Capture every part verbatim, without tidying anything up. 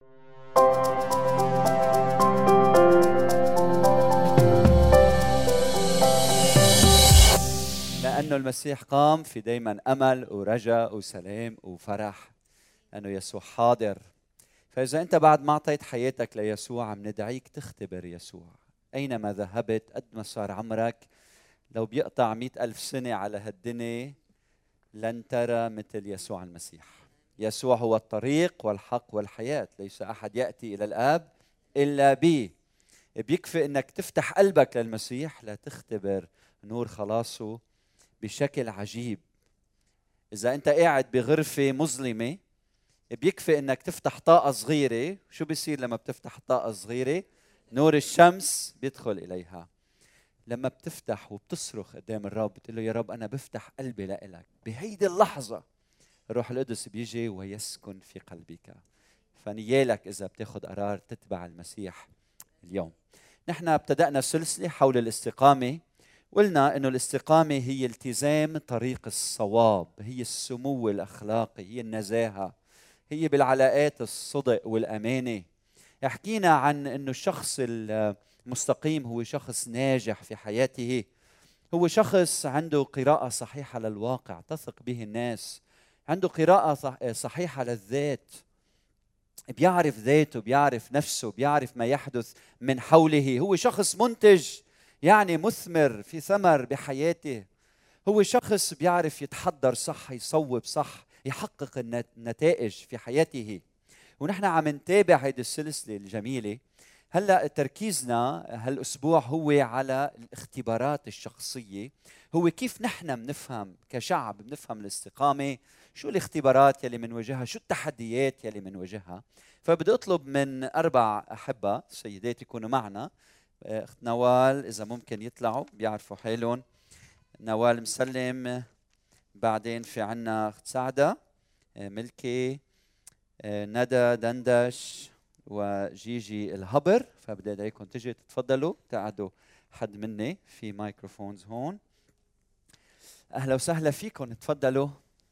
لأنه المسيح قام في دايما أمل ورجاء وسلام وفرح، لأنه يسوع حاضر. فإذا أنت بعد ما أعطيت حياتك ليسوع عم ندعيك تختبر يسوع أينما ذهبت، قد ما صار عمرك. لو بيقطع مئة ألف سنة على هالدنيا لن ترى مثل يسوع المسيح. يسوع هو الطريق والحق والحياة، ليس أحد يأتي إلى الآب إلا بي. بيكفي أنك تفتح قلبك للمسيح لتختبر نور خلاصه بشكل عجيب. إذا أنت قاعد بغرفة مظلمة بيكفي أنك تفتح طاقة صغيرة. شو بيصير لما بتفتح طاقة صغيرة؟ نور الشمس بيدخل إليها. لما بتفتح وبتصرخ قدام الرب بتقول له يا رب أنا بفتح قلبي لإلك، بهيدي اللحظة الروح القدس بيجي ويسكن في قلبك. فنيالك إذا بتاخد قرار تتبع المسيح اليوم. نحن ابتدأنا سلسلة حول الاستقامة، قلنا إنه الاستقامة هي التزام طريق الصواب، هي السمو الأخلاقي، هي النزاهة، هي بالعلاقات الصدق والأمانة. حكينا عن إنه الشخص المستقيم هو شخص ناجح في حياته، هو شخص عنده قراءة صحيحة للواقع تثق به الناس، عنده قراءة صحيحة للذات، بيعرف ذاته، بيعرف نفسه، بيعرف ما يحدث من حوله. هو شخص منتج، يعني مثمر في ثمر بحياته. هو شخص بيعرف يتحضر صح، يصوب صح، يحقق النتائج في حياته. ونحن عم نتابع هذه السلسلة الجميلة. هلأ تركيزنا هالأسبوع هو على الاختبارات الشخصية، هو كيف نحن بنفهم كشعب بنفهم الاستقامة، شو الاختبارات يلي منواجهها، شو التحديات يلي منواجهها. فبدي أطلب من أربع أحبة سيدات يكونوا معنا. أخت نوال إذا ممكن يطلعوا بيعرفوا حالهم. نوال مسلم، بعدين في عنا أخت سعدة، ملكي، ندى دندش، وجيجي الهبر. فبدي أدعيكم تجي تتفضلوا تقعدوا حد مني في مايكروفونز هون. أهلا وسهلا فيكم، تفضلوا.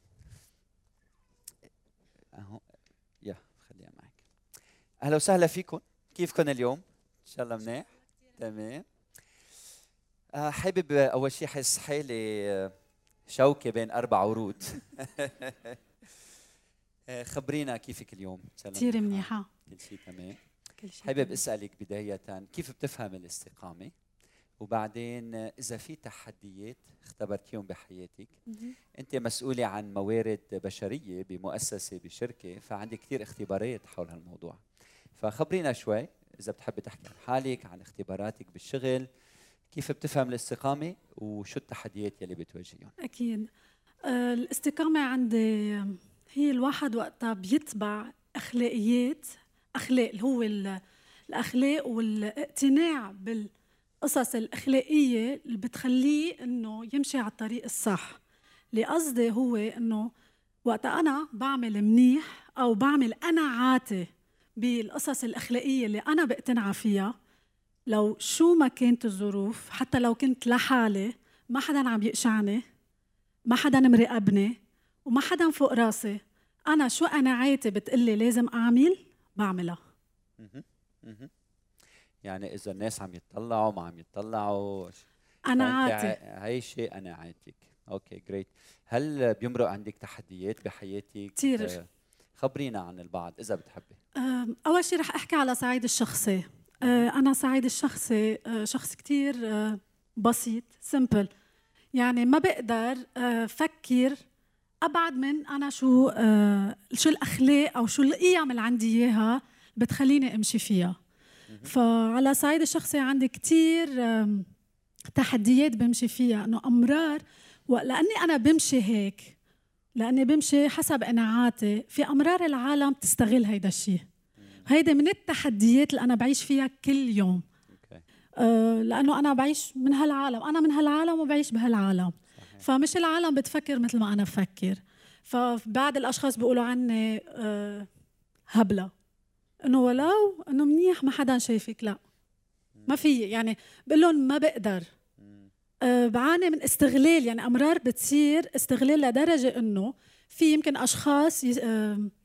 أهو يا خليها معك. أهلا وسهلا فيكم، كيفكم اليوم؟ إن شاء الله منيح؟ تمام. أه حابب أول شيء حس حالي شوكة بين أربع ورود. خبرينا كيفك اليوم؟ كثير منيحة. كل شيء تمام. كل شيء حابب تمام. أسألك بداية كيف بتفهم الاستقامة؟ وبعدين إذا في تحديات اختبرتيهم بحياتك. أنت مسؤولة عن موارد بشرية بمؤسسة بشركة، فعندك كثير اختبارات حول هالموضوع. فخبرينا شوي إذا بتحبي تحكي عن حالك، عن اختباراتك بالشغل، كيف بتفهم الاستقامة وشو التحديات يلي بتواجهيهم؟ أكيد. آه الاستقامة عندي هي الواحد وقتها بيتبع أخلاقيات، أخلاق اللي هو الأخلاق والاقتناع بالقصص الأخلاقية اللي بتخليه إنه يمشي على الطريق الصح. اللي قصدي هو إنه وقتها أنا بعمل منيح أو بعمل قناعاتي بالقصص الأخلاقية اللي أنا بقتنع فيها، لو شو ما كانت الظروف، حتى لو كنت لحالي ما حدا عم يقشعني، ما حدا مراقبني، وما حدا فوق راسي، أنا شو قناعاتي بتقلي لازم أعمل بعملها. يعني إذا الناس عم يتطلعوا ما عم يتطلعوا، قناعاتي عايشة قناعاتك. أوكي جريت. هل بيمرق عندك تحديات بحياتك؟ كتير. آه خبرينا عن البعض إذا بتحبي. أول شيء رح أحكي على صعيد الشخصي. أنا صعيد الشخصي شخص كتير بسيط سيمبل، يعني ما بقدر فكر أبعد من أنا شو شو الأخلاق أو شو القيم اللي عندي إياها بتخليني أمشي فيها. فعلى صعيد الشخصي عندي كتير تحديات بمشي فيها، إنه أمرار لأني أنا بمشي هيك، لأني بمشي حسب قناعاتي، في أمرار العالم تستغل هيدا الشيء. هيدا من التحديات اللي أنا بعيش فيها كل يوم. أه لأنه أنا بعيش من هالعالم، أنا من هالعالم وبعيش بهالعالم. صحيح. فمش العالم بتفكر مثل ما أنا بفكر. فبعد الأشخاص بيقولوا عني أه هبلة، إنه ولو إنه منيح ما حدا شايفك، لا ما في، يعني بقول لهم ما بقدر. أه بعاني من استغلال، يعني أمرار بتصير استغلال لدرجة إنه في يمكن أشخاص أه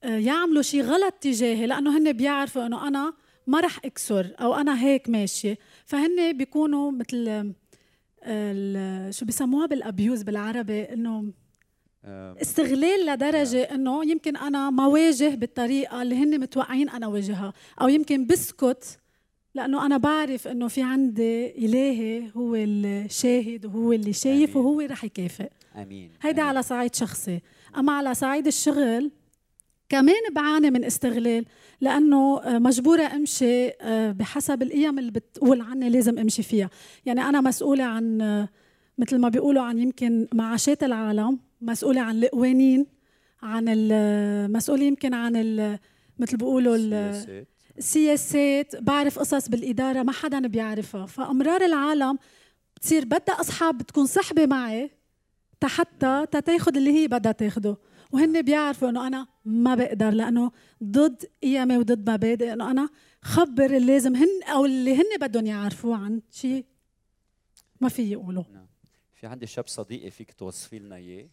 يعملوا شيء غلط تجاهي، لأنه هن بيعرفوا إنه أنا ما رح أكسر أو أنا هيك ماشية، فهن بيكونوا مثل شو بيسموها بالأبيوز بالعربي، إنه استغلال لدرجة إنه يمكن أنا ما واجه بالطريقة اللي هن متوقعين أنا واجهها، أو يمكن بسكت لأنه أنا بعرف إنه في عندي إلهي هو الشاهد وهو اللي شايف وهو رح يكافئ. آمين. هيدا على صعيد شخصي. أما على صعيد الشغل كمان بعاني من استغلال، لأنه مجبورة أمشي بحسب القيم اللي بتقول عني لازم أمشي فيها. يعني أنا مسؤولة عن مثل ما بيقولوا عن يمكن معاشات العالم، مسؤولة عن القوانين، عن المسؤولة يمكن عن مثل بيقولوا السياسات. السياسات، بعرف قصص بالإدارة ما حدا بيعرفها. فأمرار العالم بتصير بدها أصحاب بتكون صحبة معي حتى تاخد اللي هي بدها تاخده، وهن بيعرفوا إنه أنا ما بقدر، لأنه ضد قيمي وضد مبادئ، إنه أنا خبر اللي لازم هن أو اللي هن بدهم يعرفوه عن شيء ما في يقولوا. في عندي شاب صديقي فيك توصفي لنا اياه.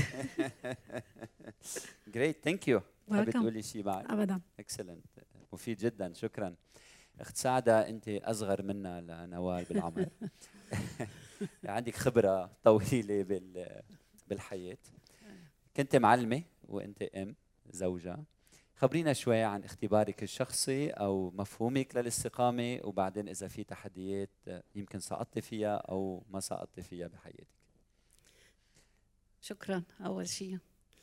جريت، ثانك يو. حابة تقولي شيء بعد؟ ابدا. اكسلنت، مفيد جدا، شكرا. اخت سعدة، انت اصغر منا لنوال بالعمر. عندك خبرة طويلة بال بالحياة، كنت معلمة وانت ام زوجة. خبرينا شوي عن اختبارك الشخصي او مفهومك للاستقامة، وبعدين اذا في تحديات يمكن سقطتي فيها او ما سقطتي فيها بحياتك. شكرا اول شيء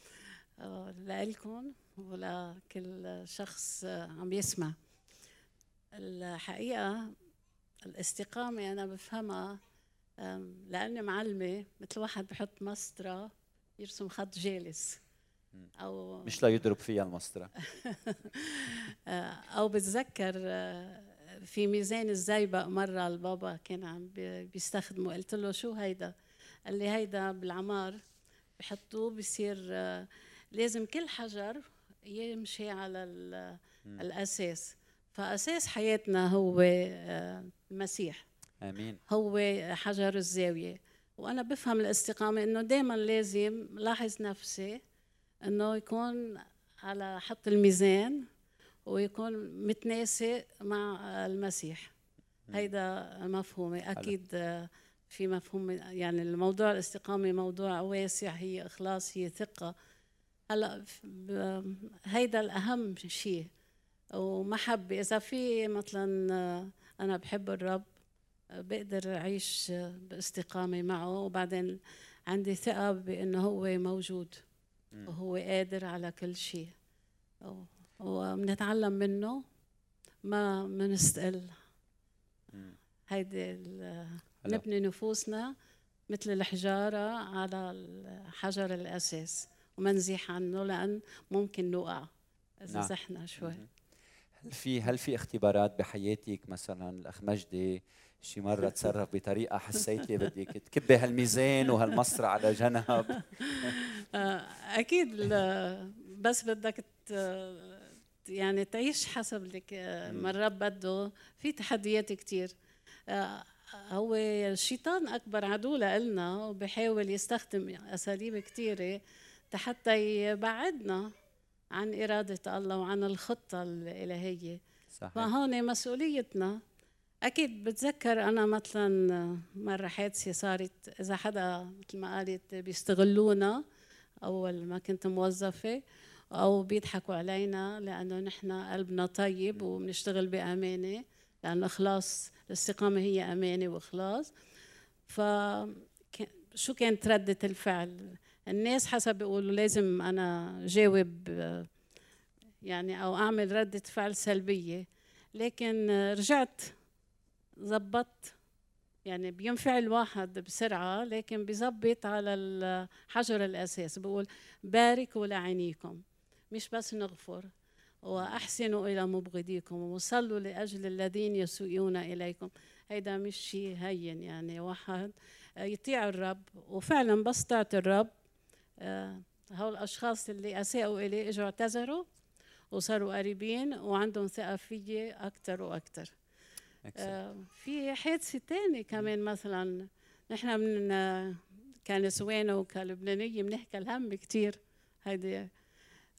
لكم ولكل شخص عم يسمع. الحقيقة الاستقامة أنا بفهمها لأني معلمة، مثل واحد بحط مسطرة يرسم خط جالس، أو مش لا يضرب فيها المسطرة. أو بتذكر في ميزان الزيبق مرة البابا كان عم بيستخدمه، قلت له شو هيدا؟ قال لي هيدا بالعمار بحطوه بصير لازم كل حجر يمشي على الأساس، فأساس حياتنا هو المسيح. آمين. هو حجر الزاوية. وأنا بفهم الاستقامة إنه دايما لازم لاحظ نفسي إنه يكون على حط الميزان ويكون متناسق مع المسيح. هيدا مفهومي. أكيد في مفهوم، يعني الموضوع الاستقامة موضوع واسع، هي إخلاص، هي ثقة. هلا هيدا الأهم شيء، ومحبة. إذا في مثلا أنا بحب الرب بقدر أعيش باستقامة معه، وبعدين عندي ثقة بأنه هو موجود وهو قادر على كل شيء، وبنتعلم منه ما منستقل. هيدي نبني نفوسنا مثل الحجارة على حجر الأساس وما نزيح عنه، لأن ممكن نوقع إذا نعم. زحنا شوي. هل في هل في اختبارات بحياتك، مثلا الأخ مجدي شي مرة تصرف بطريقة حسيتي بدك تكبي هالميزان وهالمسطرة على جنب؟ أكيد، بس بدك يعني تعيش حسب لك ما الرب بده. في تحديات كتير. هو الشيطان أكبر عدو لنا، وبحاول يستخدم أساليب كتيرة حتى يبعدنا عن إرادة الله وعن الخطة الإلهية. صحيح. فهون مسؤوليتنا. أكيد بتذكر أنا مثلا مرة حادثة صارت، إذا حدا مثل ما قالت بيستغلونا أول ما كنت موظفة، أو بيضحكوا علينا لأنه نحن قلبنا طيب وبنشتغل بأمانة، لأنه إخلاص الاستقامة هي أمانة وإخلاص. فشو كانت ردة الفعل؟ الناس حسب بيقولوا لازم أنا جاوب يعني أو أعمل ردة فعل سلبية، لكن رجعت زبطت. يعني بينفعل واحد بسرعة، لكن بيزبط على الحجر الأساس. بقول باركوا لعينيكم، مش بس نغفر، وأحسنوا إلى مبغضيكم وصلوا لأجل الذين يسيئون إليكم. هيدا مش شيء هين، يعني واحد يطيع الرب. وفعلا بس طاعت الرب، هول الأشخاص اللي أساءوا إلي إجوا اعتذروا وصاروا قريبين وعندهم ثقة فيي أكتر وأكتر. آه في حادثة تاني كمان، مثلا نحن من كنسوان وكلبنانية بنحكي الهم كتير. هيدي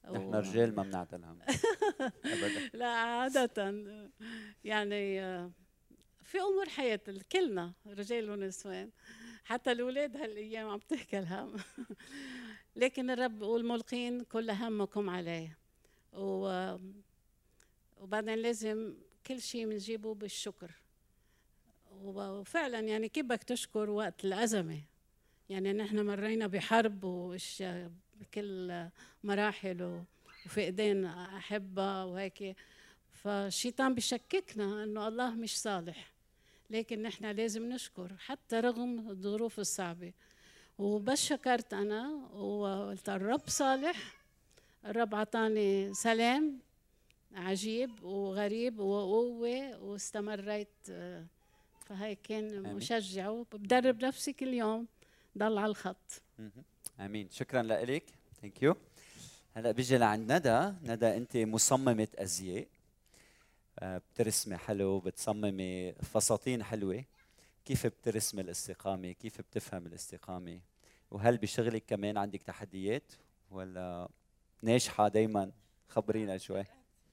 نحن رجال ما بنعدل هم ابدا. لا عادة يعني في امور حياه كلنا رجال ونسوان، حتى الاولاد هالايام عم تحكي الهم. لكن الرب بيقول ملقين كل همكم عليه، و وبعدين لازم كل شيء بنجيبه بالشكر. وفعلا يعني كيف بدك تشكر وقت الأزمة؟ يعني نحن مرينا بحرب وش بكل مراحل وفقدان أحبة وهيك، فالشيطان بيشككنا إنه الله مش صالح، لكن نحن لازم نشكر حتى رغم الظروف الصعبة. وبس شكرت أنا وقلت الرب صالح، الرب عطاني سلام عجيب وغريب وقوة واستمريت. فهي كان آمين. مشجع، وبدرب نفسي كل يوم ضل على الخط. امين. شكرا لك. ثانك يو. هلا بيجي لعند ندى. ندى انت مصممة ازياء، بترسمي حلو، بتصممي فساتين حلوة. كيف بترسمي الاستقامة؟ كيف بتفهم الاستقامة؟ وهل بشغلك كمان عندك تحديات ولا ناجحة دايما؟ خبرينا شوي.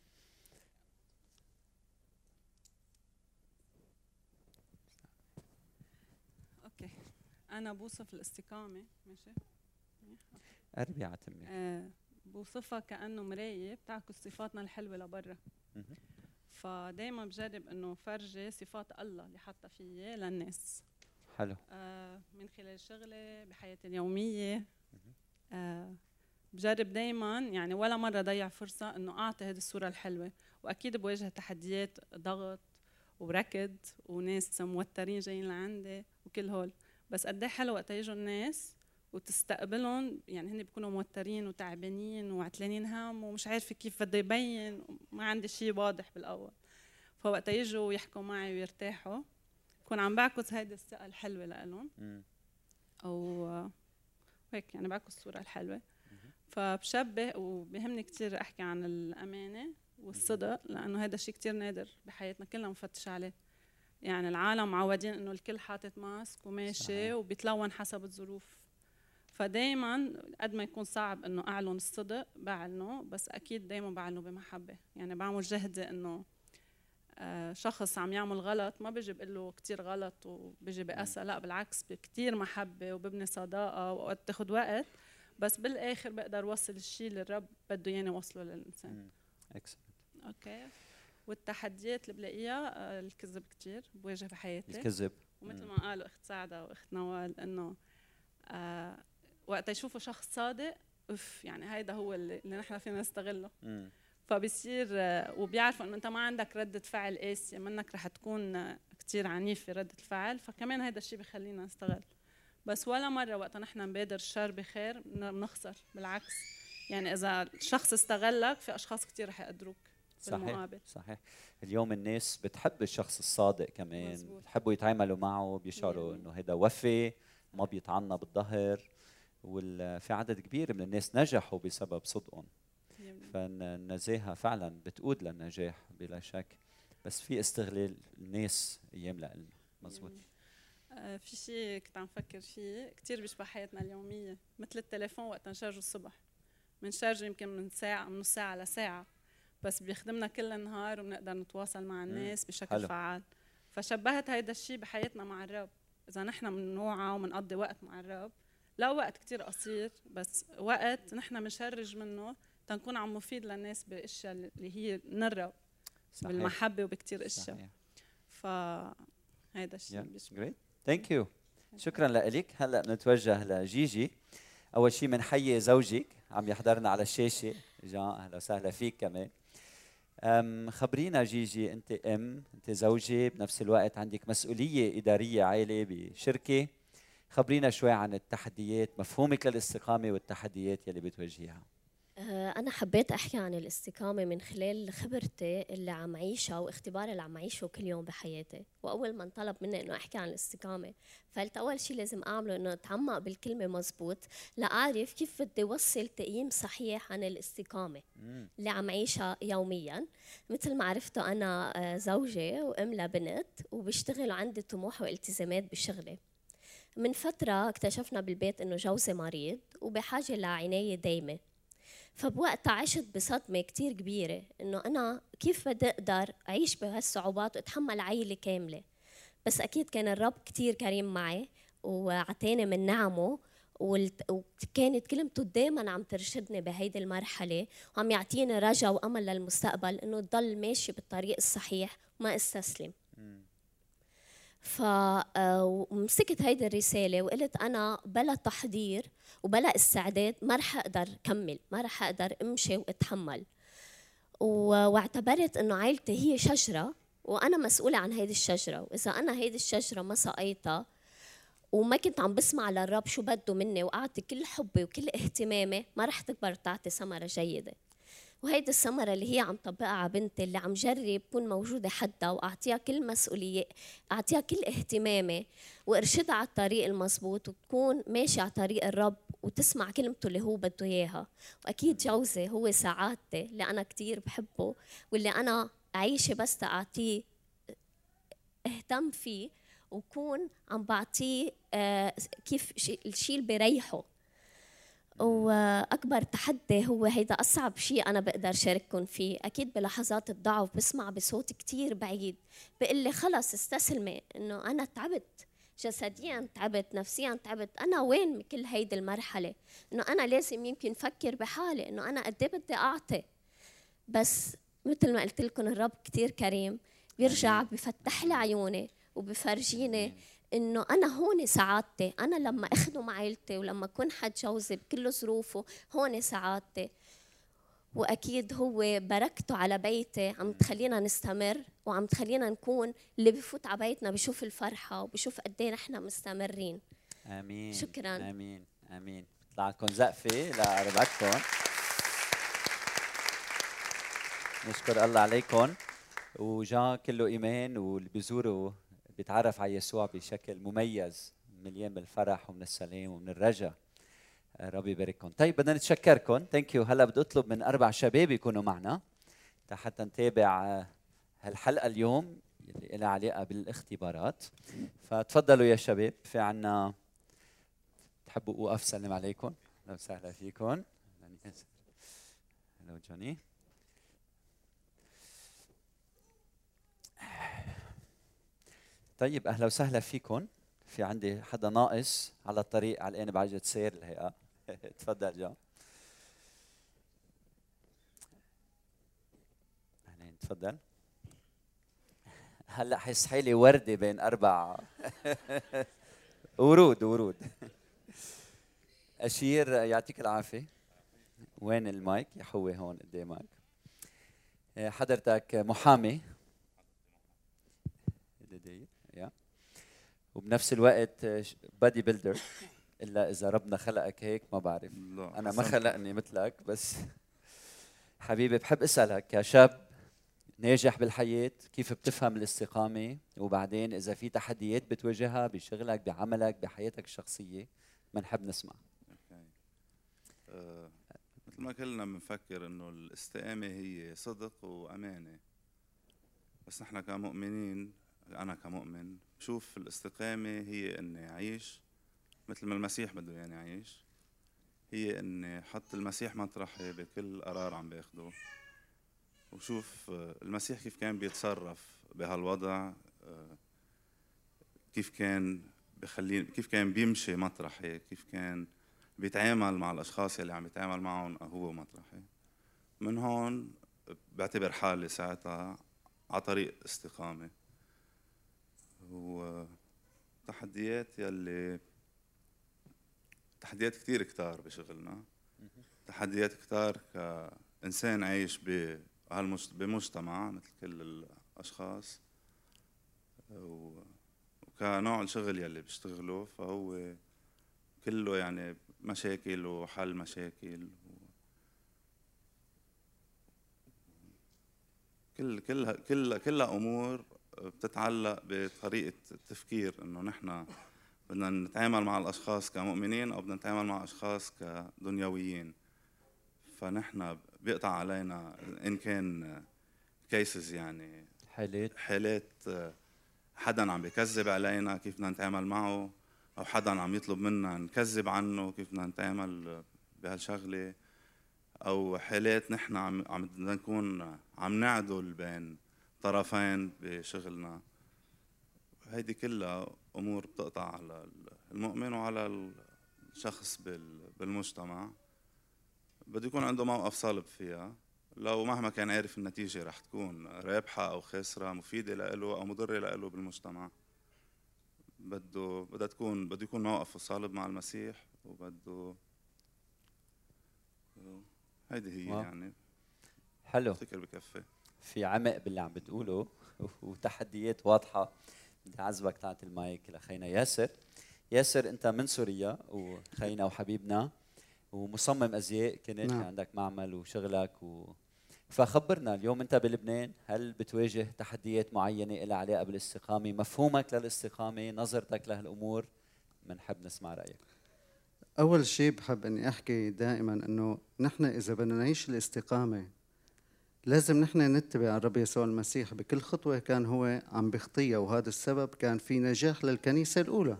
اوكي، انا بوصف الاستقامه، ماشي، قربي على تمي. آه بوصفها كانه مرايه بتعكس صفاتنا الحلوه لبرا. فدايما بجرب انه فرجي صفات الله اللي حاطه فيي للناس. حلو. آه من خلال شغلي بحياتي اليوميه. آه بجرب دايما يعني ولا مره ضيع فرصه انه اعطي هذه الصوره الحلوه. واكيد بواجه تحديات، ضغط وركض وناس موترين جايين لعندي وكل هول، بس قد ايه حلو وقت يجوا الناس وتستقبلهم. يعني هن بيكونوا موترين وتعبانين وعتلانين هم ومش عارفه كيف بدي يبين، ما عندي شيء واضح بالاول. فوقت يجوا يحكوا معي ويرتاحوا بكون عم بعكس هيدي الثقه الحلوه لهم، او هيك يعني بعكس الصوره الحلوه. فبشبه وبهمني كثير احكي عن الامانه والصدق، لانه هذا شيء كثير نادر بحياتنا، كلنا مفتش عليه. يعني العالم معودين انه الكل حاطط ماسك وماشي صحيح. وبيتلون حسب الظروف. فدايما قد ما يكون صعب انه اعلن الصدق بعلنه، بس اكيد دايما بعلنه بمحبه. يعني بعمل جهدي انه آه شخص عم يعمل غلط ما بيجي بقول له كثير غلط وبيجي بأسى، لا بالعكس بكثير محبه وببني صداقه وقت تاخذ وقت، بس بالاخر بقدر اوصل الشيء اللي الرب بده اياني اوصله للانسان. اكسلنت. اوكي. والتحديات اللي بلاقيها آه الكذب كثير بواجه بحياتي. الكذب، ومثل ما قالوا اخت سعده واخت نوال انه آه وقت يشوفوا شخص صادق اف يعني هيدا هو اللي, اللي نحن فينا نستغله. مم. فبصير آه وبيعرفوا انه انت ما عندك رده فعل قاسيه، منك رح تكون آه كثير عنيف في رده الفعل، فكمان هيدا الشيء بخلينا نستغل. بس ولا مره وقت نحن نبادر الشر بخير بنخسر، بالعكس. يعني اذا الشخص استغلك في اشخاص كثير رح يقدروك. صحيح صحيح. اليوم الناس بتحب الشخص الصادق كمان، مزبوط. بتحبوا يتعاملوا معه، بيشعروا انه هيدا وفي، ما بيطعنا بالظهر. وفي عدد كبير من الناس نجحوا بسبب صدقهم. فالنزاهه فعلا بتقود للنجاح بلا شك، بس في استغلال الناس ايام لنا. مزبوط. آه في شيء كنت عم فكر فيه كثير بيشبه حياتنا اليوميه، مثل التليفون وقت نشارجه الصبح، بنشارجه يمكن من ساعه من نص ساعه لساعه، بس بيخدمنا كل النهار وبنقدر نتواصل مع الناس بشكل حلو. فعال. فشبهت هيدا الشيء بحياتنا مع الرب. اذا نحن بنوعى وبنقضي وقت مع الرب، لا وقت كتير قصير، بس وقت نحن بنشرج منه تنكون عم مفيد للناس باشياء اللي هي نرب بالمحبه وبكتير اشياء. ف هيدا الشيء. جريت. ثانك يو. شكرا لك. هلا بنتوجه لجيجي. اول شيء بنحيي زوجك عم يحضرنا على الشاشه. جان اهلا وسهلا فيك كمان. أم خبرينا جيجي، انت ام، انت زوجة، بنفس الوقت عندك مسؤولية إدارية عائلة بشركة. خبرينا شوي عن التحديات، مفهومك للاستقامة والتحديات يلي بتواجهيها. أنا حبيت أحكي عن الاستقامة من خلال خبرتي اللي عم عيشها واختباري اللي عم عيشه كل يوم بحياتي. وأول ما انطلب مني إنه أحكي عن الاستقامة، فقلت أول شيء لازم أعمله إنه أتعمق بالكلمة مزبوط لأعرف كيف بدي وصل تقييم صحيح عن الاستقامة مم. اللي عم عيشها يومياً. مثل ما عرفته أنا زوجة وأم لبنت وبشتغل وعندي طموح والتزامات بشغلي. من فترة اكتشفنا بالبيت إنه جوزي مريض وبحاجة لعناية دايمة، فبوقتها عشت بصدمة كتير كبيرة إنه أنا كيف بدي أقدر أعيش بهالصعوبات وأتحمل عائلة كاملة. بس أكيد كان الرب كتير كريم معي وعطاني من نعمه، وكانت كلمته دايما عم ترشدني بهيدي المرحلة وعم يعطيني رجا وأمل للمستقبل إنه تضل ماشي بالطريق الصحيح وما استسلم. فمسكت هيدي الرسالة وقلت أنا بلا تحضير وبلا استعداد ما رح أقدر كمل، ما رح أقدر أمشي وأتحمل. واعتبرت إنه عائلتي هي شجرة وأنا مسؤولة عن هيدي الشجرة، وإذا أنا هيدي الشجرة ما سقيتها وما كنت عم بسمع للرب شو بده مني وأعطي كل حبي وكل اهتمامي ما رح تكبر تعطي ثمرة جيدة. وهيدي الثمرة اللي هي عم طبقها على بنتي اللي عم جرب كون موجودة حدها وأعطيها كل مسؤولية، أعطيها كل اهتمامي وأرشدها على الطريق المضبوط وتكون ماشية على طريق الرب وتسمع كلمته اللي هو بده إياها. وأكيد جوزي هو سعادتي اللي أنا كتير بحبه واللي أنا عايشة بس تأعطيه اهتم فيه وكون عم بعطيه آه كيف الشيء اللي بيريحه. وأكبر تحدي هو هيدا أصعب شيء أنا بقدر شارككم فيه. أكيد بلحظات الضعف بسمع بصوت كتير بعيد بقول لي خلص استسلمي، إنه أنا تعبت جسديا، تعبت نفسيا، تعبت. أنا وين بكل هيدي المرحلة؟ إنه أنا لازم يمكن فكر بحالي إنه أنا قد إيه بدي أعطي. بس مثل ما قلت لكم الرب كتير كريم، بيرجع بفتح لي عيوني وبفرجيني إنه أنا هون سعادتي. أنا لما أخدم عائلتي ولما أكون حد جوزي بكل ظروفه هون سعادتي. وأكيد هو بركته على بيتي عم تخلينا نستمر وعم تخلينا نكون اللي بفوت على بيتنا بشوف الفرحة وبشوف قد ايه نحن مستمرين. آمين. شكرا. آمين آمين. بيطلع لكم زقفة لقربتكم. نشكر الله عليكم. وجان كله إيمان واللي بيزوروا بيتعرف على يسوع بشكل مميز مليان بالفرح ومن السلام ومن الرجاء. ربي يبارككم. طيب بدنا نتشكركم. ثانك يو. هلا بدي اطلب من اربع شباب يكونوا معنا حتى نتابع هالحلقه اليوم اللي لها علاقه بالاختبارات. فتفضلوا يا شباب. في عنا تحبوا اوقف سلم عليكم؟ اهلا وسهلا فيكم. هلو جوني. طيب اهلا وسهلا فيكم. في عندي حدا ناقص على الطريق علقان بعجلة سير الهيئة. تفضل جون. اهلين تفضل. هلا حس حالي وردة بين اربع ورود ورود. اشير يعطيك العافية. وين المايك؟ يا حوي هون قدامك. حضرتك محامي يا وبنفس الوقت بادي بيلدر، الا اذا ربنا خلقك هيك ما بعرف. انا ما خلقني مثلك. بس حبيبي بحب اسالك كشاب ناجح بالحياه كيف بتفهم الاستقامه، وبعدين اذا في تحديات بتواجهها بشغلك بعملك بحياتك الشخصيه بنحب نسمع. أه مثل ما كلنا بنفكر انه الاستقامه هي صدق وامانه، بس نحن كمؤمنين، انا كمؤمن بشوف الاستقامه هي اني اعيش مثل ما المسيح بده يعني اعيش، هي اني حط المسيح مطرحي بكل قرار عم باخده، وشوف المسيح كيف كان بيتصرف بهالوضع، كيف كان بخلي كيف كان بيمشي مطرحي، كيف كان بيتعامل مع الاشخاص اللي عم بيتعامل معهم هو مطرحي. من هون بعتبر حالي ساعتها على طريق استقامه. وتحديات يلي تحديات كتير كتار بشغلنا، تحديات كتار كإنسان عايش بمجتمع مثل كل الأشخاص، وكنوع الشغل يلي بيشتغله فهو كله يعني مشاكل وحل مشاكل، كل كلها كلها كلها أمور بتتعلق بطريقة التفكير، إنه نحن بدنا نتعامل مع الأشخاص كمؤمنين أو بدنا نتعامل مع أشخاص كدنيويين. فنحن بيقطع علينا إن كان كيسز يعني حالات حالات حدا عم بيكذب علينا كيف بدنا نتعامل معه، أو حدا عم يطلب منا نكذب عنه كيف بدنا نتعامل بهالشغلة، او حالات نحن عم عم بدنا نكون عم نعدل بين طرفين بشغلنا، هيدي كلها امور بتقطع على المؤمن وعلى الشخص بالمجتمع. بده يكون عنده موقف صلب فيها، لو مهما كان عارف النتيجة رح تكون رابحة أو خاسرة، مفيدة له أو مضرة له بالمجتمع. بده بدها تكون بده يكون موقفه صلب مع المسيح، وبده هيدي هي واو. يعني حلو، بفتكر بكفي. في عمق باللي عم بتقوله وتحديات واضحة. بدي أعذبك تعطي المايك لخينا ياسر. ياسر أنت من سوريا وخينا وحبيبنا ومصمم أزياء كنت، نعم. عندك معمل وشغلك و... فخبرنا اليوم أنت بلبنان، هل بتواجه تحديات معينة لها علاقة بالاستقامة؟ مفهومك للاستقامة، نظرتك لهالأمور، بنحب نسمع رأيك. أول شيء بحب أني أحكي دائما أنه نحن إذا بدنا نعيش الاستقامة لازم نحن نتبع الرب يسوع المسيح بكل خطوة كان هو عم بخطيها، وهذا السبب كان في نجاح للكنيسة الأولى.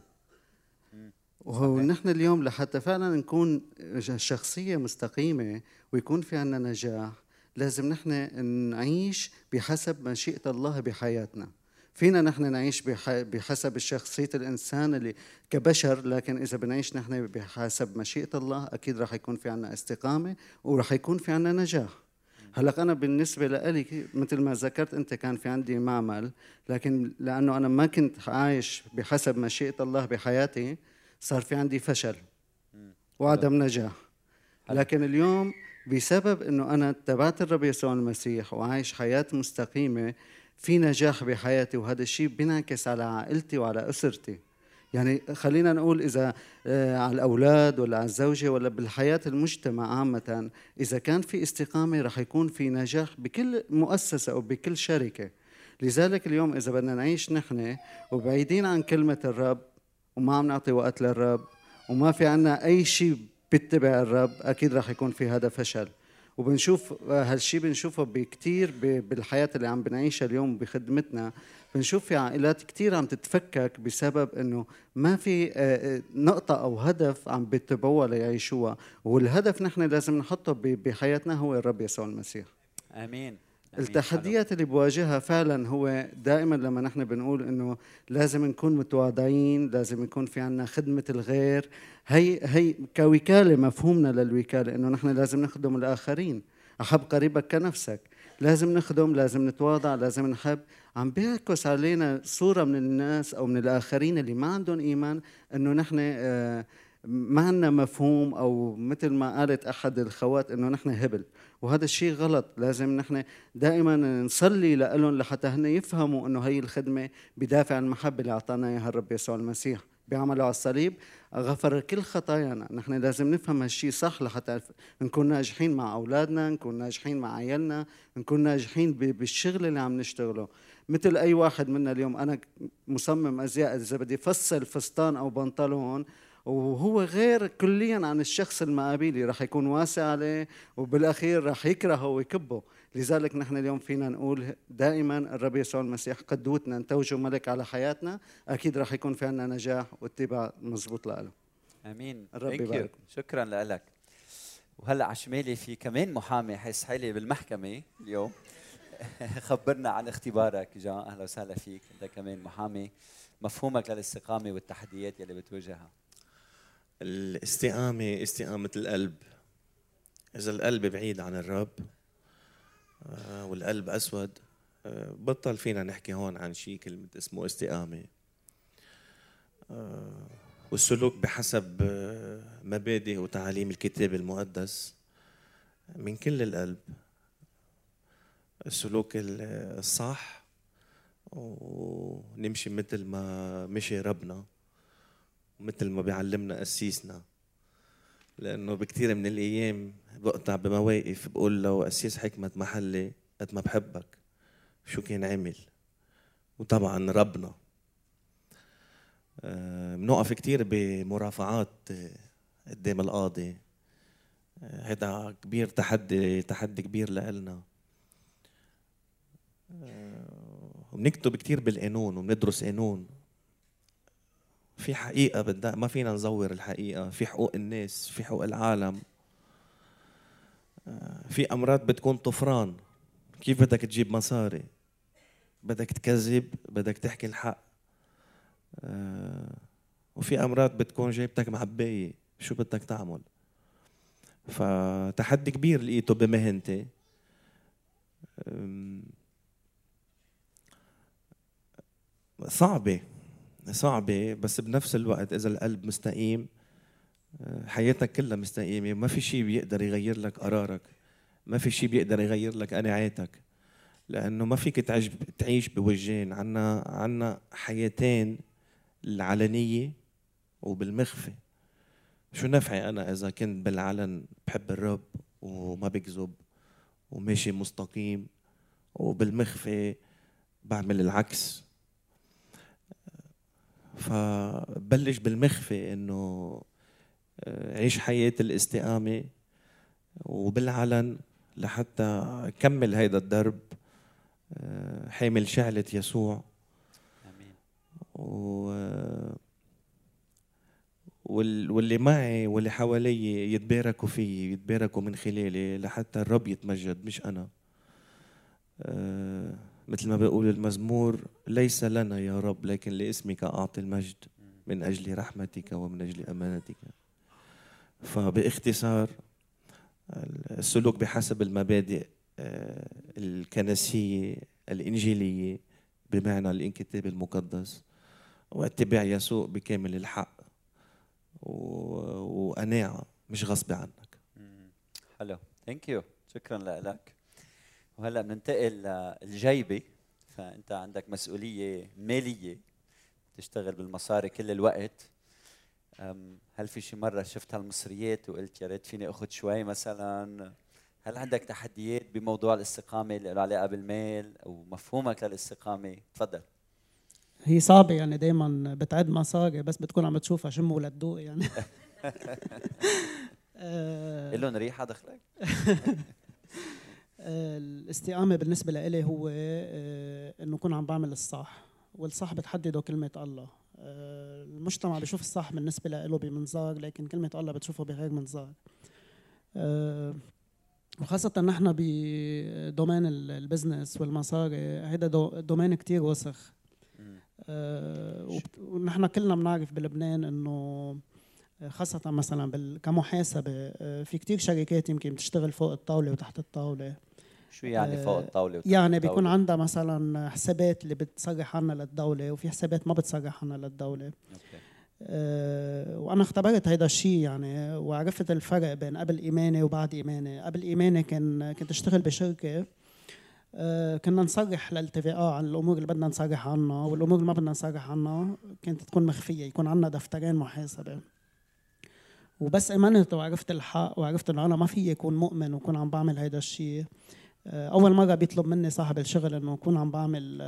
وهو نحن اليوم لحتى فعلا نكون شخصية مستقيمة ويكون في عنا نجاح، لازم نحن نعيش بحسب مشيئة الله بحياتنا. فينا نحن نعيش بحسب شخصية الإنسان اللي كبشر، لكن إذا بنعيش نحن بحسب مشيئة الله أكيد رح يكون في عنا استقامة ورح يكون في عنا نجاح. هلأ أنا بالنسبة لي مثل ما ذكرت أنت كان في عندي معمل، لكن لأنه أنا ما كنت عايش بحسب مشيئة الله بحياتي صار في عندي فشل وعدم نجاح. لكن اليوم بسبب أنه أنا اتبعت الرب يسوع المسيح وعايش حياة مستقيمة في نجاح بحياتي، وهذا الشيء بينعكس على عائلتي وعلى أسرتي. يعني خلينا نقول إذا على الأولاد ولا على الزوجة ولا بالحياة المجتمع عامة، إذا كان في استقامة رح يكون في نجاح بكل مؤسسة أو بكل شركة. لذلك اليوم إذا بدنا نعيش نحن وبعيدين عن كلمة الرب وما عم نعطي وقت للرب وما في عنا أي شيء بيتبع الرب، أكيد رح يكون في هذا فشل. وبنشوف هالشيء بنشوفه بكتير بالحياة اللي عم بنعيشها اليوم بخدمتنا. بنشوف في عائلات كتير عم تتفكك بسبب انه ما في نقطة او هدف عم بيتبعوها ليعيشوها، والهدف نحن لازم نحطه بحياتنا هو الرب يسوع المسيح. امين. التحديات اللي بواجهها فعلا هو دائما لما نحن بنقول انه لازم نكون متواضعين، لازم يكون في عنا خدمة الغير. هي هي كوكالة مفهومنا للوكالة انه نحن لازم نخدم الاخرين. احب قريبك كنفسك، لازم نخدم، لازم نتواضع، لازم نحب. عم بيعكس علينا صورة من الناس او من الاخرين اللي ما عندهم ايمان انه نحن آه ما عندنا مفهوم، او مثل ما قالت احد الخوات انه نحن هبل، وهذا الشيء غلط. لازم نحن دائما نصلي لهم لحتى هن يفهموا انه هي الخدمه بدافع المحبه اللي اعطانا اياها الرب يسوع المسيح بعمله على الصليب، غفر كل خطايانا. نحن لازم نفهم هالشيء صح لحتى نكون ناجحين مع اولادنا، نكون ناجحين مع عيالنا، نكون ناجحين بالشغل اللي عم نشتغله. مثل اي واحد منا اليوم، انا مصمم ازياء، اذا بدي فصل فستان او بنطلون وهو غير كليا عن الشخص المقابلي، رح يكون واسع عليه وبالاخير رح يكرهه ويكبه. لذلك نحن اليوم فينا نقول دائما الرب يسوع المسيح قدوتنا، نتوجه ملك على حياتنا، اكيد رح يكون في عنا نجاح واتباع مزبوط له. امين. الرب يبارك. شكرا لك. وهلا على شمالي في كمان محامي حس حالي بالمحكمه اليوم. خبرنا عن اختبارك جان. اهلا وسهلا فيك. انت كمان محامي، مفهومك للاستقامه والتحديات يلي بتواجهها. الاستقامة استقامة القلب. إذا القلب بعيد عن الرب والقلب أسود، بطل فينا نحكي هون عن شيء كلمة اسمه استقامة. والسلوك بحسب مبادئ وتعاليم الكتاب المقدس من كل القلب، السلوك الصح، ونمشي مثل ما مشي ربنا مثل ما بيعلمنا قسيسنا. لأنه بكتير من الأيام بقطع بمواقف بقول له قسيس حكمة محلي قد ما بحبك شو كان عمل. وطبعا ربنا بنوقف كتير بمرافعات قدام القاضي، هذا كبير تحدي تحدي كبير لنا. وبنكتب كتير بالقانون وبندرس قانون. في حقيقة بدنا، ما فينا نزور الحقيقة، في حقوق الناس، في حقوق العالم. في أمراض بتكون طفران، كيف بدك تجيب مصاري؟ بدك تكذب، بدك تحكي الحق. وفي أمراض بتكون جايبتك معباية، شو بدك تعمل؟ فتحدي كبير لقيته بمهنتي. صعبة صعبة، بس بنفس الوقت إذا القلب مستقيم حياتك كلها مستقيمة. ما في شيء بيقدر يغير لك قرارك، ما في شيء بيقدر يغير لك قناعاتك، لأنه ما فيك تعيش تعيش بوجهين. عنا عنا حياتين، العلنية وبالمخفى. شو نفعي أنا إذا كنت بالعلن بحب الرب وما بكذب وماشي مستقيم، وبالمخفى بعمل العكس؟ فبلش بالمخفى إنه عيش حياة الاستقامة، وبالعلن لحتى كمل هيدا الدرب حامل شعلة يسوع. آمين. و واللي معي واللي حوالي يتباركوا فيي، يتباركوا من خلالي لحتى الرب يتمجد مش أنا. أه مثل ما بيقول المزمور: ليس لنا يا رب لكن لاسمك أعطي المجد، من أجل رحمتك ومن أجل أمانتك. فباختصار السلوك بحسب المبادئ الكنسية الإنجيلية بمعنى الانكتاب المقدس، واتباع يسوع بكامل الحق وقناعة مش غصب عنك. حلو، ثانك يو، شكرا لك. وهلا بننتقل للجيبة. فأنت عندك مسؤولية مالية، تشتغل بالمصاري كل الوقت. هل في شي مرة شفت هالمصريات وقلت يا ريت فيني أخذ شوي مثلا؟ هل عندك تحديات بموضوع الاستقامة اللي له علاقة بالمال ومفهومك للاستقامة؟ تفضل. هي صعبة يعني، دايما بتعد مصاري بس بتكون عم تشوفها شم ولا تدوق يعني. لهم ريحة دخلك؟ الاستقامة بالنسبة لإلي هو إنه أكون عم بعمل الصح، والصح بتحدده كلمة الله. المجتمع بيشوف الصح بالنسبة له بمنظار، لكن كلمة الله بتشوفه بغير منظار. وخاصة نحن بدومين البزنس والمصاري، هيدا دومين كتير وسخ. ونحن كلنا بنعرف بلبنان إنه خاصة مثلا كمحاسبة في كتير شركات يمكن بتشتغل فوق الطاولة وتحت الطاولة. شو يعني فوق الطاولة وتحت يعني الطاولة؟ بيكون عندها مثلا حسابات اللي بتصرح عنها للدولة، وفي حسابات ما بتصرح عنها للدولة. أوكي. أه وأنا اختبرت هيدا الشيء يعني، وعرفت الفرق بين قبل إيماني وبعد إيماني. قبل إيماني كان كنت أشتغل بشركة، أه كنا نصرح للتي في آ عن الأمور اللي بدنا نصرح عنها، والأمور اللي ما بدنا نصرح عنها كانت تكون مخفية، يكون عندنا دفترين محاسبة. وبس امنت وعرفت الحق، وعرفت انه انا ما في يكون مؤمن وكون عم بعمل هيدا الشيء. اول مره بيطلب مني صاحب الشغل انه اكون عم بعمل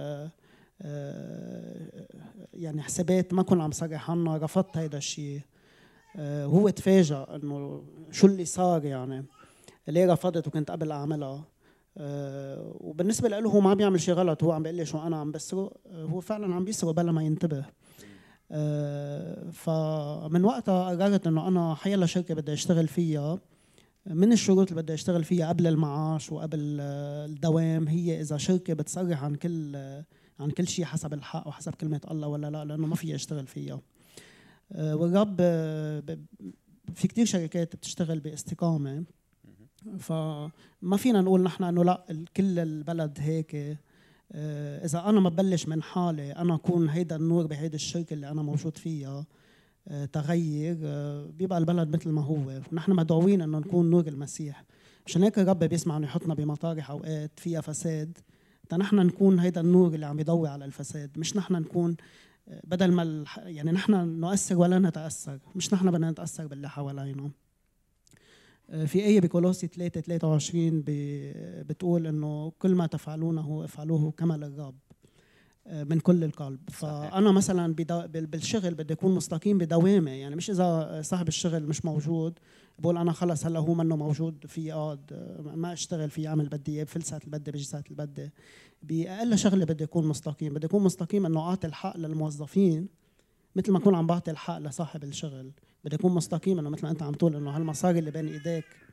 يعني حسابات ما اكون عم صرح عنها، رفضت هيدا الشيء. وهو تفاجأ انه شو اللي صار، يعني ليه رفضت وكنت قبل اعملها. وبالنسبه له هو ما عم بيعمل شيء غلط، هو عم بيقول لي شو انا عم بسرق، هو فعلا عم بيسرق بلا ما ينتبه. Uh, فمن وقتها قررت انه انا حيلا شركه بدي اشتغل فيها، من الشروط اللي بدي اشتغل فيها قبل المعاش وقبل الدوام هي اذا شركه بتصرح عن كل عن كل شيء حسب الحق وحسب كلمه الله ولا لا، لانه ما فيها اشتغل فيها. uh, والرب في كتير شركات بتشتغل باستقامه، فما فينا نقول نحن انه لا كل البلد هيك. إذا أنا ما ببلش من حالي أنا أكون هيدا النور بهيدا الشركة اللي أنا موجود فيها تغير، بيبقى البلد مثل ما هو. ونحن مدعوين إنه نكون نور المسيح. مشان هيك الرب بيسمع إنه يحطنا بمطارح أوقات فيها فساد، نحن نكون هيدا النور اللي عم يضوي على الفساد، مش نحن نكون بدل ما يعني نحن نؤثر ولا نتأثر، مش نحن بدنا نتأثر باللي حوالينا. في آية بكولوسي ثلاثة ثلاثة وعشرين بتقول إنه كل ما تفعلونه افعلوه كما للرب من كل القلب. فأنا مثلا بالشغل بدي أكون مستقيم بدوامي، يعني مش إذا صاحب الشغل مش موجود بقول أنا خلص هلا هو منه موجود في قاد ما أشتغل فيه، أعمل بدي إياه بفل ساعة اللي بدي بيجي ساعة اللي بدي. بأقل شغلة بدي أكون مستقيم، بدي أكون مستقيم إنه أعطي الحق للموظفين مثل ما أكون عم بعطي الحق لصاحب الشغل. بدي أكون مستقيم إنه مثل ما أنت عم تقول إنه هالمصاري اللي بين إيديك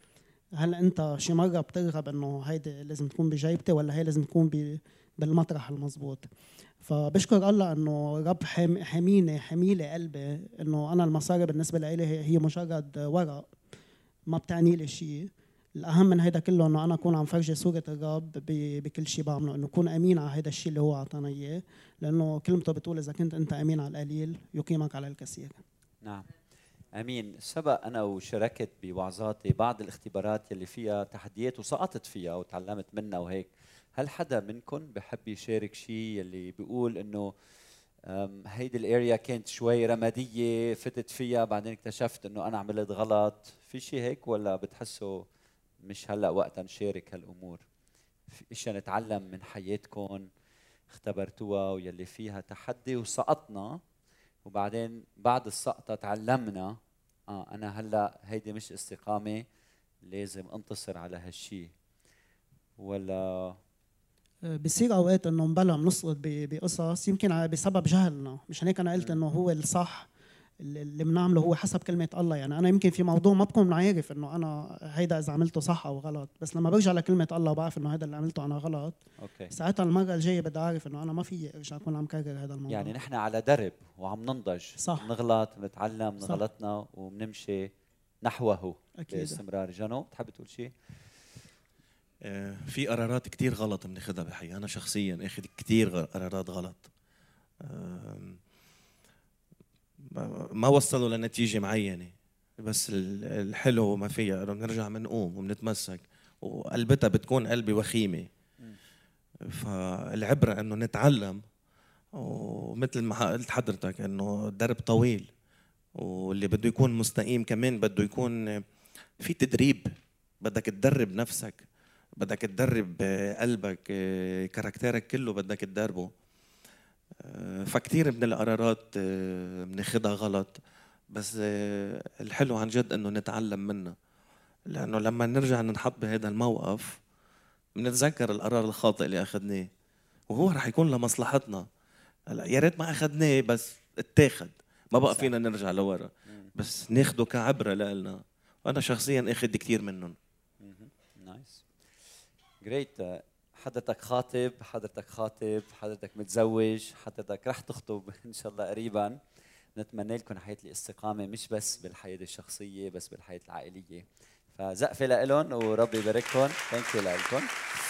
هل انت شي مره بترغب انه هيدي لازم تكون بجيبتي ولا هي لازم تكون ب- بالمطرح المزبوط؟ فبشكر الله انه رب حام- حاميني حميلي قلبي انه انا المصاري بالنسبه لي هي هي مجرد ورق، ما بتعني لي شيء. الاهم من هيدا كله انه انا اكون عم فرجي صوره الرب ب- بكل شيء بعمله، انه اكون امين على هيدا الشيء اللي هو اعطانا اياه، لانه كلمته بتقول اذا كنت انت امين على القليل يقيمك على الكثير. نعم امين. سبق انا وشاركت بوعظاتي بعض الاختبارات اللي فيها تحديات وسقطت فيها وتعلمت منها وهيك. هل حدا منكم بحب يشارك شيء اللي بيقول انه أم، هيدي الاريا كانت شوي رماديه فتت فيها بعدين اكتشفت انه انا عملت غلط؟ في شيء هيك ولا بتحسوا مش هلا وقتها نشارك هالامور؟ في اشياء نتعلم من حياتكم اختبرتوها ويلي فيها تحدي وسقطنا وبعدين بعد السقطة تعلمنا اه انا هلا هيدي مش استقامة، لازم انتصر على هالشي؟ ولا بصير اوقات انه مبلا بنسقط ب- بقصص يمكن على- بسبب جهلنا، مشان هيك انا قلت انه هو الصح اللي اللي بنعمله هو حسب كلمه الله. يعني انا يمكن في موضوع ما بكون عارف انه انا هيدا اذا عملته صح او غلط، بس لما برجع لكلمه الله وبعرف انه هيدا اللي عملته انا غلط، اوكي. ساعتها المره الجايه بدي اعرف انه انا ما في ارجع اكون عم كرر هذا الموضوع. يعني نحن على درب وعم ننضج، صح. نغلط ونتعلم من صح. غلطنا وبنمشي نحوه أكيد. باستمرار. جنو تحب تقول شيء؟ آه، في قرارات كتير غلط بناخدها بحياتي. أنا شخصياً أخذ كتير غ- قرارات غلط آم، ما- ما وصلوا لنتيجة معينة، بس ال- الحلو ما فيها إنه بنرجع بنقوم وبنتمسك وقلبتها بتكون قلبي وخيمة. فالعبرة إنه نتعلم، ومثل ما قلت حضرتك إنه الدرب طويل، واللي بده يكون مستقيم كمان بده يكون في تدريب. بدك تدرب نفسك، بدك تدرب آه، قلبك، آه، كاركترك كله بدك تدربه. آه، فكتير من القرارات آه، بناخدها غلط، بس آه، الحلو عن جد انه نتعلم منها، لانه لما نرجع ننحط بهذا الموقف بنتذكر القرار الخاطئ اللي اخذناه، وهو رح يكون لمصلحتنا. هلا يا ريت ما اخذناه بس اتاخد، ما بقى فينا نرجع لورا، بس ناخده كعبره لنا. وانا شخصيا اخذ كتير منهم. نايس جريت. حضرتك خاطب، حضرتك خاطب، حضرتك متزوج، حضرتك رح تخطب ان شاء الله قريبا. نتمنى لكم حياة الاستقامة مش بس بالحياة الشخصية بس بالحياة العائلية. فزقفة لإلهم وربي يبارككم. ثانك يو لكم.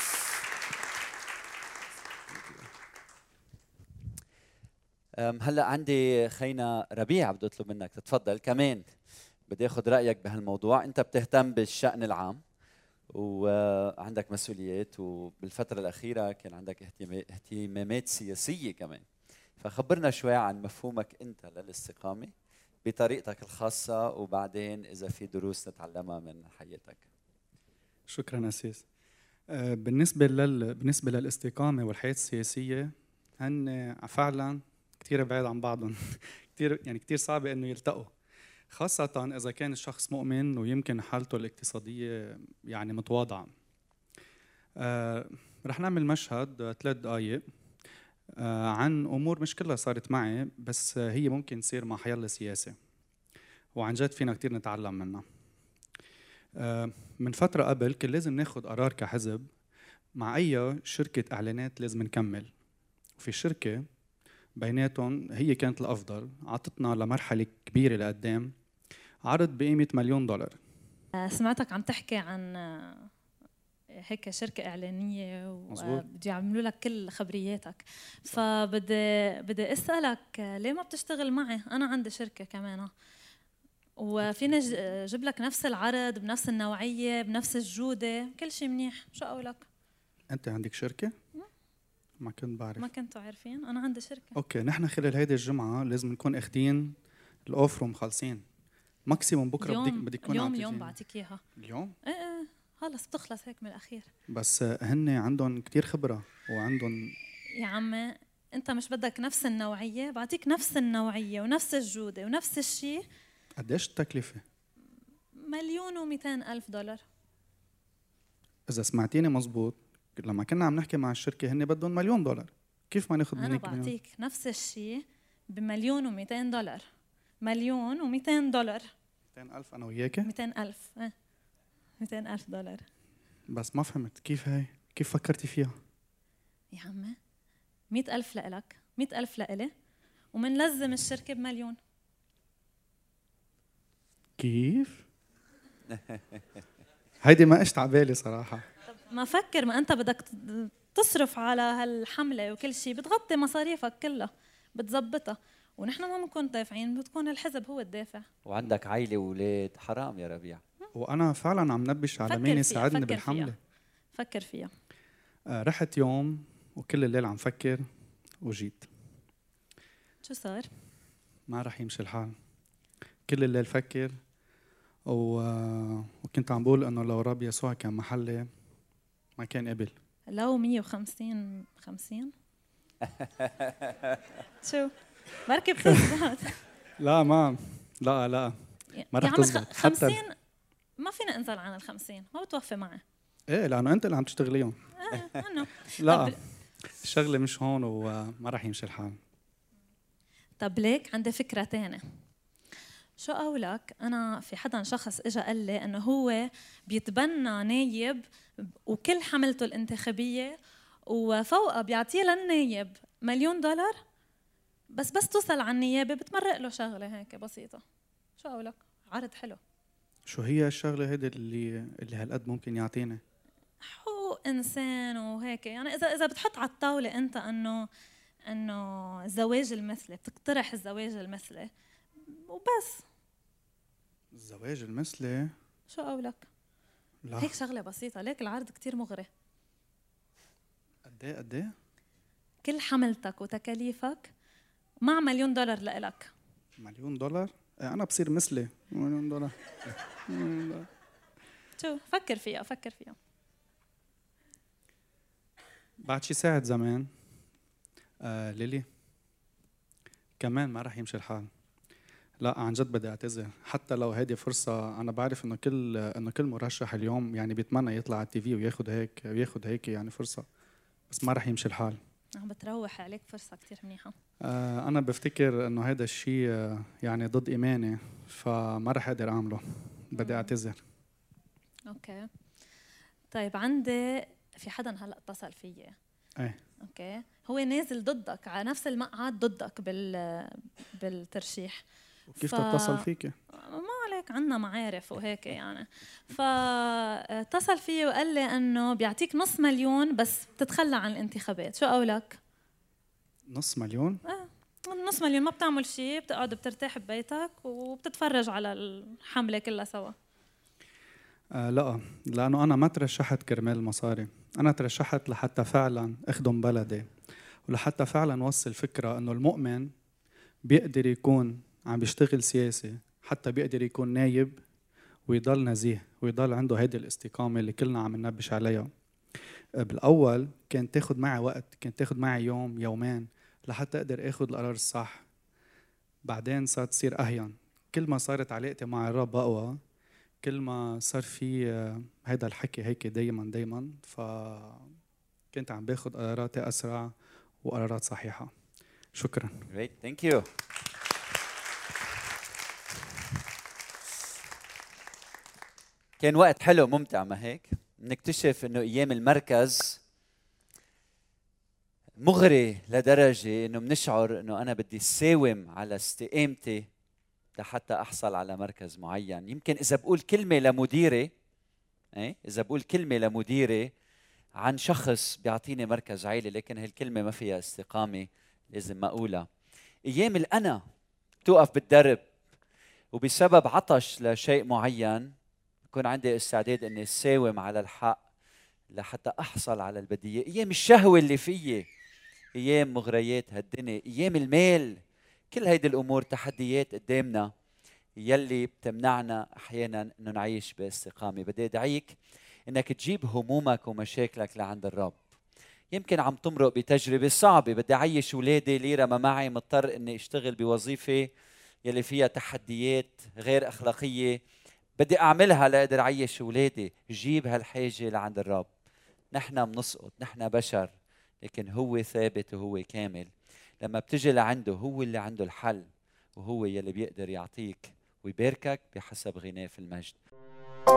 هلا عندي خينا ربيع بدي اطلب منك تتفضل كمان. بدي اخذ رايك بهالموضوع. انت بتهتم بالشأن العام وعندك مسؤوليات، وبالفترة الأخيرة كان عندك اهتمامات سياسية كمان. فخبرنا شوي عن مفهومك أنت للاستقامة بطريقتك الخاصة، وبعدين إذا في دروس نتعلمها من حياتك. شكرا أسيس. بالنسبة لل... بالنسبة للاستقامة والحياة السياسية هن فعلا كتير بعيد عن بعضهم. كتير يعني كتير صعبة إنه يلتقوا، خاصة إذا كان الشخص مؤمن ويمكن حالته الاقتصادية يعني متواضعة. آه رح نعمل مشهد ثلاث دقايق آه عن أمور مش كلها صارت معي، بس هي ممكن تصير مع حيالله سياسة، وعن جد فينا كتير نتعلم منها. آه من فترة قبل كان لازم ناخد قرار كحزب مع أي شركة إعلانات لازم نكمل، وفي شركة بيناتهم هي كانت الأفضل، عطتنا لمرحلة كبيرة لقدام عرض بقيمة مليون دولار. سمعتك عم تحكي عن هيك شركة إعلانية وبدي يعملوا لك كل خبرياتك، فبدي بدي أسألك ليه ما بتشتغل معي؟ أنا عندي شركة كمان وفيني جيب لك نفس العرض بنفس النوعية بنفس الجودة، كل شيء منيح. شو أقولك؟ أنت عندك شركة؟ ما كنت بعرف. ما كنتوا عارفين أنا عندي شركة. أوكي، نحن خلال هيدي الجمعة لازم نكون أخدين الأوفر ومخلصين. ماكسيموم بكرة بدك بدك تكون اليوم اليوم بعطيك إياها. اليوم؟ إيه إيه خلص بتخلص هيك من الأخير. بس هن عندهم كتير خبرة وعندهم. يا عمي أنت مش بدك نفس النوعية؟ بعطيك نفس النوعية ونفس الجودة ونفس الشيء. قديش التكلفة؟ مليون ومئتين ألف دولار. إذا سمعتيني مزبوط، لما كنا عم نحكي مع الشركة هن بدهم مليون دولار، كيف ما ناخذ منك مليون؟ أنا بعطيك نفس الشيء بمليون ومئتين دولار. مليون ومئتين دولار. مئتين ألف أنا وياكي؟ مئتين ألف. إيه مئتين ألف دولار. بس ما فهمت كيف هي، كيف فكرتي فيها؟ يا عمي مئة ألف لإلك، مئة ألف لإلي، ومنلزم الشركة بمليون. كيف؟ هيدي ما اجت على بالي صراحة. طب ما فكر، ما أنت بدك تصرف على هالحملة وكل شيء، بتغطي مصاريفك كلها، بتزبطها، ونحن ما بنكون دافعين، بتكون الحزب هو الدافع. وعندك عائلة وولاد، حرام يا ربيع. وأنا فعلا عم نبش على مين يساعدني بالحملة. فيها. فكر فيها. آه رحت يوم وكل الليل عم فكر وجيت. شو صار؟ ما رح يمشي الحال. كل الليل فكر و... وكنت عم بقول انه لو رب يسوع كان محلي ما كان قبل. لو مية وخمسين خمسين شو؟ بركي بتزبط. لا ما لا لا ما رح تزبط. خمسين ما فينا انزل عن الخمسين، ما بتوفي معي. ايه لانه انت اللي عم تشتغليهم. ايه انا. لا الشغله مش هون وما رح يمشي الحال. طب ليك عندي فكره ثانيه. شو قولك انا في حدا شخص اجى قال لي انه هو بيتبنى نايب وكل حملته الانتخابيه وفوقها بيعطيه للنايب مليون دولار، بس بس توصل على النيابه بتمرق له شغله هيك بسيطه. شو قولك؟ عرض حلو. شو هي الشغله هيدي اللي اللي هالقد ممكن يعطينا؟ حقوق انسان وهيك، يعني اذا اذا بتحط على الطاوله انت انه انه الزواج المثلي، بتقترح الزواج المثلي وبس. الزواج المثلي؟ شو قولك؟ لا هيك شغله بسيطه، ليك العرض كتير مغري. قد ايه قد ايه؟ كل حملتك وتكاليفك مع مليون دولار لإلك. مليون دولار؟ ايه انا بصير مثلي مليون دولار. شو فكر فيها فكر فيها. بعد شي ساعة زمان آه ليلي كمان ما رح يمشي الحال. لا عن جد بدي اعتذر، حتى لو هيدي فرصة. أنا بعرف إنه كل إنه كل مرشح اليوم يعني بيتمنى يطلع على التي في وياخذ هيك وياخذ هيك يعني فرصة، بس ما رح يمشي الحال. عم بتروح عليك فرصة كتير منيحة. آه أنا بفتكر إنه هذا الشيء آه يعني ضد إيماني، فما رح أقدر أعمله. بدي أعتذر. أوكي. طيب عندي في حدا هلا اتصل فيي. إيه. أوكي. هو نازل ضدك على نفس المقعد ضدك بال بالترشيح. وكيف ف... تتصل فيك؟ ما عليك، عنا معارف وهيك يعني. فاتصل فيي وقال لي انه بيعطيك نص مليون بس بتتخلى عن الانتخابات. شو قولك؟ نص مليون؟ اه نص مليون ما بتعمل شيء، بتقعد بترتاح ببيتك وبتتفرج على الحملة كلها سوا. آه لا، لأنه أنا ما ترشحت كرمال المصاري، أنا ترشحت لحتى فعلا أخدم بلدي ولحتى فعلا وصل فكرة إنه المؤمن بيقدر يكون عم بيشتغل سياسي، حتى بيقدر يكون نايب ويضل نزيه ويضل عنده هيدي الاستقامة اللي كلنا عم ننبش عليها. بالأول كانت تاخد معي وقت، كانت تاخد معي يوم يومين لحتى أقدر أخذ القرار الصح. بعدين صارت تصير أهين، كل ما صارت علاقتي مع الرب أقوى كل ما صار في هيدا الحكي هيك دايما دايما، فكنت عم باخد قراراتي أسرع وقرارات صحيحة. شكرا. Great, thank you. كان وقت حلو ممتع، ما هيك؟ بنكتشف انه ايام المركز مغري لدرجه انه بنشعر انه انا بدي ساوم على استقامتي لحتى احصل على مركز معين. يمكن اذا بقول كلمه لمديري، ايه اذا بقول كلمه لمديري عن شخص بيعطيني مركز عالي، لكن هالكلمه ما فيها استقامه لازم ما اقولها. ايام الانا توقف بالدرب وبسبب عطش لشيء معين بكون عندي استعداد اني ساوم على الحق لحتى احصل على البديه. ايام الشهوه اللي فيي، ايام مغريات هالدنيا، ايام المال، كل هيدي الامور تحديات قدامنا يلي بتمنعنا احيانا انه نعيش باستقامه. بدي ادعيك انك تجيب همومك ومشاكلك لعند الرب. يمكن عم تمرق بتجربه صعبه، بدي اعيش اولادي ليره ما معي، مضطر اني اشتغل بوظيفه يلي فيها تحديات غير اخلاقيه، بدي اعملها لاقدر اعيش اولادي. جيب هالحاجه لعند الرب. نحن بنسقط، نحن بشر، لكن هو ثابت وهو كامل. لما بتجي لعنده هو اللي عنده الحل، وهو يلي بيقدر يعطيك ويباركك بحسب غناه في المجد.